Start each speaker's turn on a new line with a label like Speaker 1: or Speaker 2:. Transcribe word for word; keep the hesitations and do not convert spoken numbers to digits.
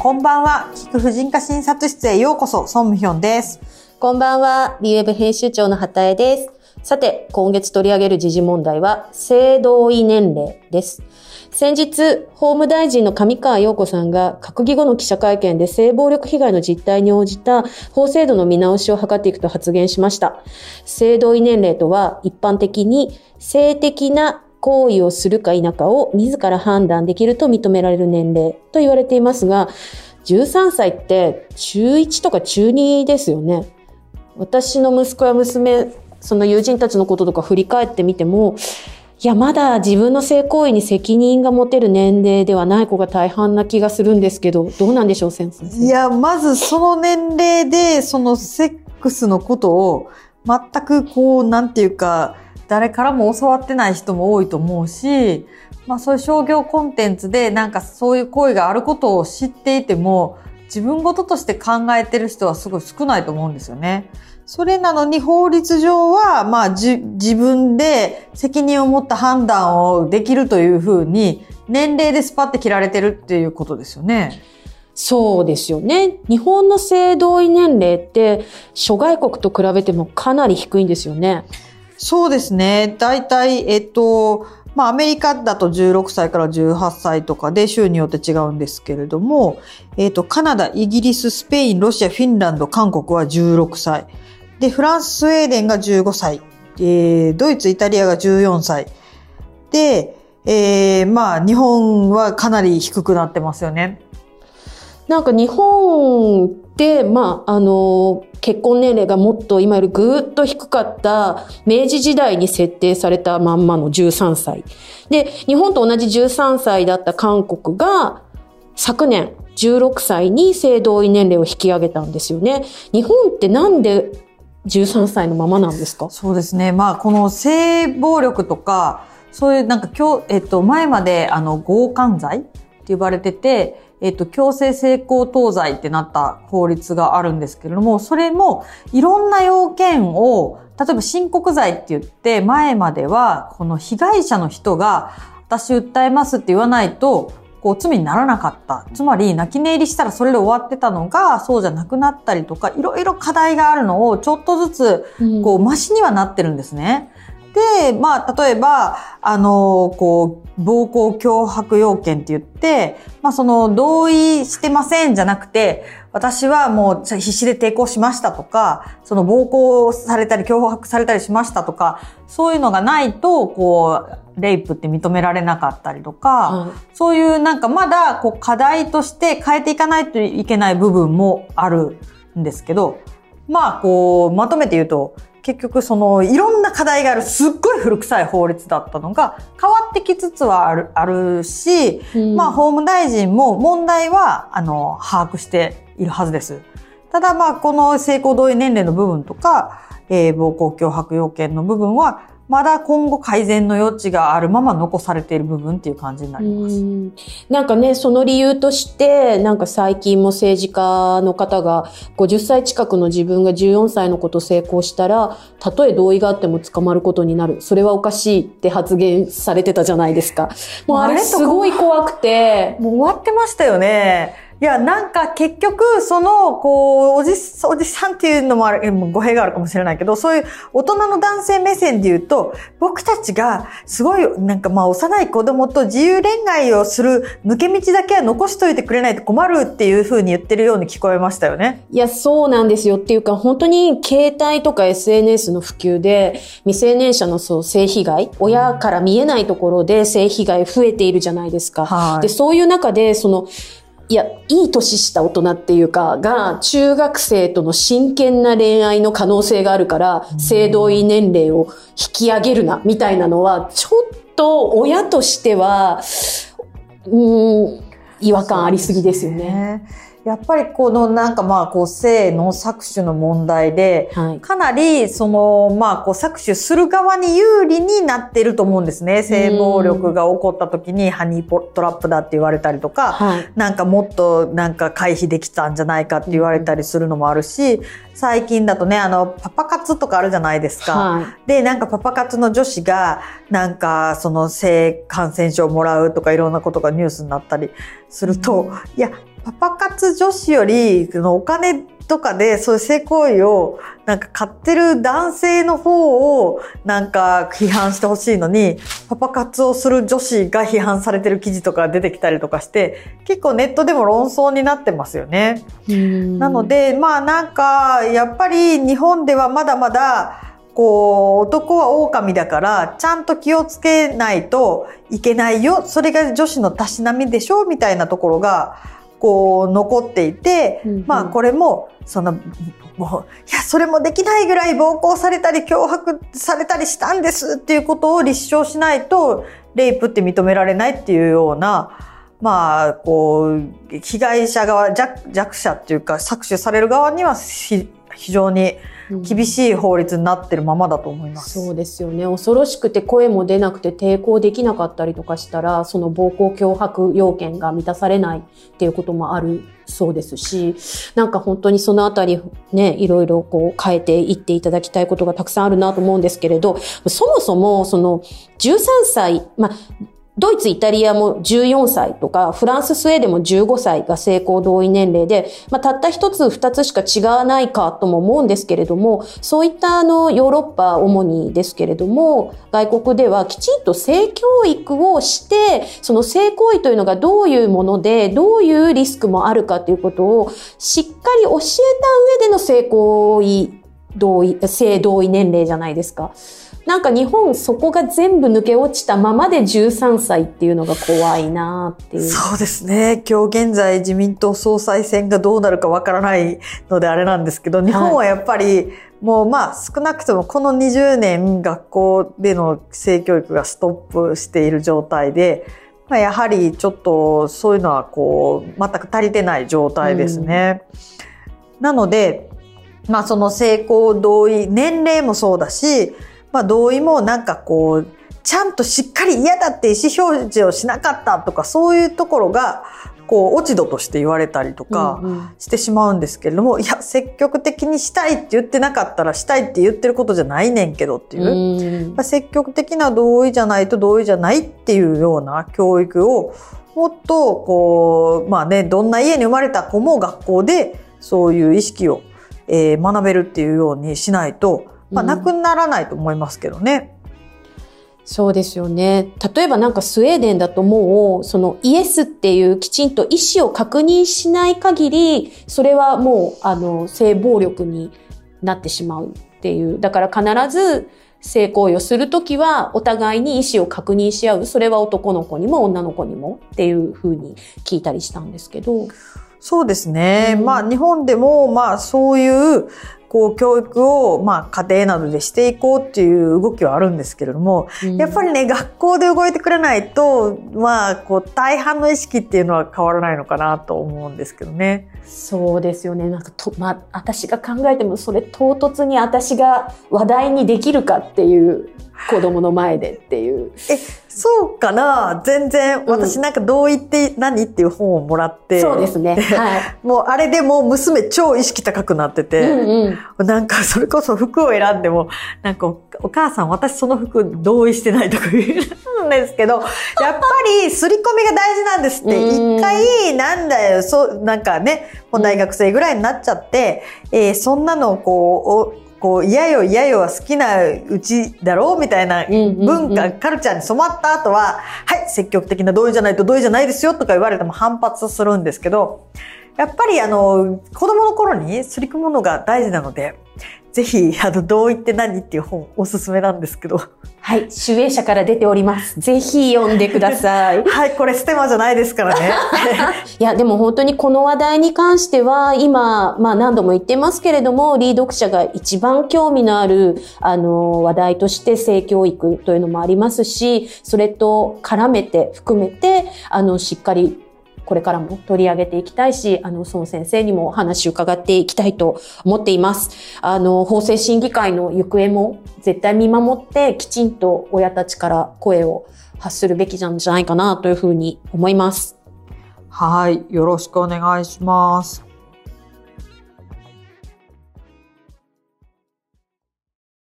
Speaker 1: こんばんは。聞く婦人科診察室へようこそ、ソンムヒョンです。
Speaker 2: こんばんは。ビーウェブ編集長の畑江です。さて、今月取り上げる時事問題は、性同意年齢です。先日、法務大臣の上川陽子さんが閣議後の記者会見で性暴力被害の実態に応じた法制度の見直しを図っていくと発言しました。性同意年齢とは、一般的に性的な行為をするか否かを自ら判断できると認められる年齢と言われていますが、じゅうさんさいって中いちとか中にですよね。私の息子や娘、その友人たちのこととか振り返ってみても、いや、まだ自分の性行為に責任が持てる年齢ではない子が大半な気がするんですけど、どうなんでしょう、先生。
Speaker 1: いや、まずその年齢で、そのセックスのことを全くこう、なんていうか、誰からも教わってない人も多いと思うし、まあそういう商業コンテンツでなんかそういう行為があることを知っていても、自分事として考えてる人はすごい少ないと思うんですよね。それなのに法律上は、まあじ、自分で責任を持った判断をできるというふうに、年齢でスパッて切られてるっていうことですよね。
Speaker 2: そうですよね。日本の性同意年齢って諸外国と比べてもかなり低いんですよね。
Speaker 1: そうですね。だいたい、えっと、まあアメリカだとじゅうろくさいからじゅうはっさいとかで州によって違うんですけれども、えっと、カナダ、イギリス、スペイン、ロシア、フィンランド、韓国はじゅうろくさい。で、フランス、スウェーデンがじゅうごさい。えー、ドイツ、イタリアがじゅうよんさい。で、えー、まあ日本はかなり低くなってますよね。
Speaker 2: なんか日本で、まあ、あの、結婚年齢がもっと今よりぐーっと低かった明治時代に設定されたまんまのじゅうさんさい。で、日本と同じじゅうさんさいだった韓国が昨年じゅうろくさいに性同意年齢を引き上げたんですよね。日本ってなんでじゅうさんさいのままなんですか？
Speaker 1: そうですね。まあ、この性暴力とか、そういうなんか今日、えっと、前まであの、強姦罪って呼ばれてて、えっと、強制性交等罪ってなった法律があるんですけれども、それもいろんな要件を、例えば申告罪って言って、前まではこの被害者の人が私訴えますって言わないと、こう罪にならなかった。つまり泣き寝入りしたらそれで終わってたのが、そうじゃなくなったりとか、いろいろ課題があるのをちょっとずつ、こう、マシにはなってるんですね。で、まあ、例えば、あの、こう、暴行脅迫要件って言って、まあ、その、同意してませんじゃなくて、私はもう必死で抵抗しましたとか、その暴行されたり脅迫されたりしましたとか、そういうのがないと、こう、レイプって認められなかったりとか、うん、そういうなんかまだこう課題として変えていかないといけない部分もあるんですけど、まあこう、まとめて言うと、結局そのいろんな課題があるすっごい古臭い法律だったのが変わってきつつはある、あるし、うん、まあ法務大臣も問題はあの把握しているはずです。ただまあこの性交同意年齢の部分とか、えー、暴行脅迫要件の部分はまだ今後改善の余地があるまま残されている部分っていう感じになります。
Speaker 2: うんなんかね、その理由として、なんか最近も政治家の方がごじゅっさい近くの自分がじゅうよんさいの子と性交したら、たとえ同意があっても捕まることになる。それはおかしいって発言されてたじゃないですか。もうあれすごい怖くて。
Speaker 1: もう終わってましたよね。いや、なんか結局、その、こう、おじ、おじさんっていうのもある、語弊があるかもしれないけど、そういう大人の男性目線で言うと、僕たちがすごい、なんかまあ幼い子供と自由恋愛をする抜け道だけは残しといてくれないと困るっていう風に言ってるように聞こえましたよね。
Speaker 2: いや、そうなんですよ。っていうか、本当に携帯とか エスエヌエス の普及で、未成年者のそう性被害、親から見えないところで性被害増えているじゃないですか。はい、で、そういう中で、その、いや、いい年した大人っていうか、が、中学生との真剣な恋愛の可能性があるから、性同意年齢を引き上げるな、みたいなのは、ちょっと親としては、うーん、違和感ありすぎですよね。
Speaker 1: やっぱりこのなんかまあこう性の搾取の問題で、はい、かなりそのまあこう搾取する側に有利になっていると思うんですね。性暴力が起こった時にハニートラップだって言われたりとか、はい、なんかもっとなんか回避できたんじゃないかって言われたりするのもあるし、最近だとね、あのパパ活とかあるじゃないですか。はい、で、なんかパパ活の女子がなんかその性感染症をもらうとかいろんなことがニュースになったりすると、いや、 パパ活女子より、そのお金とかでそういう性行為をなんか買ってる男性の方をなんか批判してほしいのに、パパ活をする女子が批判されてる記事とか出てきたりとかして、結構ネットでも論争になってますよね。なので、まあなんか、やっぱり日本ではまだまだ、こう、男は狼だから、ちゃんと気をつけないといけないよ。それが女子のたしなみでしょみたいなところが、こう、残っていて、うんうん、まあこれも、その、もう、いや、それもできないぐらい暴行されたり、脅迫されたりしたんですっていうことを立証しないと、レイプって認められないっていうような、まあ、こう、被害者側、弱、弱者っていうか、搾取される側には非常に厳しい法律になってるままだと思います。
Speaker 2: うん、そうですよね。恐ろしくて声も出なくて抵抗できなかったりとかしたら、その暴行脅迫要件が満たされないっていうこともあるそうですし、なんか本当にそのあたりね、いろいろこう変えていっていただきたいことがたくさんあるなと思うんですけれど、そもそもそのじゅうさんさい、まあ、ドイツ、イタリアもじゅうよんさいとか、フランス、スウェーデンもじゅうごさいが性交同意年齢で、まあ、たった一つ、二つしか違わないかとも思うんですけれども、そういったあの、ヨーロッパ主にですけれども、外国ではきちんと性教育をして、その性行為というのがどういうもので、どういうリスクもあるかということを、しっかり教えた上での性行為同意、性同意年齢じゃないですか。なんか日本そこが全部抜け落ちたままでじゅうさんさいっていうのが怖いなっていう。
Speaker 1: そうですね。今日現在自民党総裁選がどうなるかわからないのであれなんですけど、日本はやっぱりもうまあ少なくともこのにじゅうねん学校での性教育がストップしている状態で、まあ、やはりちょっとそういうのはこう全く足りてない状態ですね。うん、なので、まあその性交同意、年齢もそうだし、まあ同意もなんかこう、ちゃんとしっかり嫌だって意思表示をしなかったとか、そういうところが、こう、落ち度として言われたりとかしてしまうんですけれども、うんうん、いや、積極的にしたいって言ってなかったら、したいって言ってることじゃないねんけどっていう、うんまあ、積極的な同意じゃないと同意じゃないっていうような教育を、もっとこう、まあね、どんな家に生まれた子も学校でそういう意識を、えー、学べるっていうようにしないと、まあ、なくならないと思いますけどね。うん、
Speaker 2: そうですよね。例えばなんかスウェーデンだともう、そのイエスっていうきちんと意思を確認しない限り、それはもう、あの、性暴力になってしまうっていう。だから必ず性行為をするときは、お互いに意思を確認し合う。それは男の子にも女の子にもっていうふうに聞いたりしたんですけど。
Speaker 1: そうですね。うん、まあ日本でも、まあそういう、こう教育をまあ家庭などでしていこうっていう動きはあるんですけれども、うん、やっぱりね学校で動いてくれないとまあこう大半の意識っていうのは変わらないのかなと思うんですけどね。
Speaker 2: そうですよね。なんかとまあ私が考えてもそれ唐突に私が話題にできるかっていう子供の前でっていう。
Speaker 1: え、そうかな。全然、うん、私なんか同意って何っていう本をもらって。
Speaker 2: そうですね。はい。
Speaker 1: もうあれでもう娘超意識高くなってて、うんうん、なんかそれこそ服を選んでも、なんか お, お母さん私その服同意してないとか言うんですけど、やっぱり刷り込みが大事なんですって。一回なんだよ、そう、なんかね、もう大学生ぐらいになっちゃって、えー、そんなのをこう、こう、嫌よ嫌よは好きなうちだろうみたいな文化、カルチャーに染まった後は、はい、積極的な同意じゃないと同意じゃないですよとか言われても反発するんですけど、やっぱりあの、子供の頃に刷り込むのが大事なので、ぜひ、あの、同意って何っていう本おすすめなんですけど。
Speaker 2: はい、集英社から出ております。ぜひ読んでください。
Speaker 1: はい、これステマじゃないですからね。
Speaker 2: いや、でも本当にこの話題に関しては、今、まあ何度も言ってますけれども、リー読者が一番興味のある、あの、話題として性教育というのもありますし、それと絡めて、含めて、あの、しっかり、これからも取り上げていきたいし、あの、孫先生にもお話を伺っていきたいと思っています。あの、法制審議会の行方も絶対見守って、きちんと親たちから声を発するべきなんじゃないかなというふうに思います。
Speaker 1: はい。よろしくお願いします。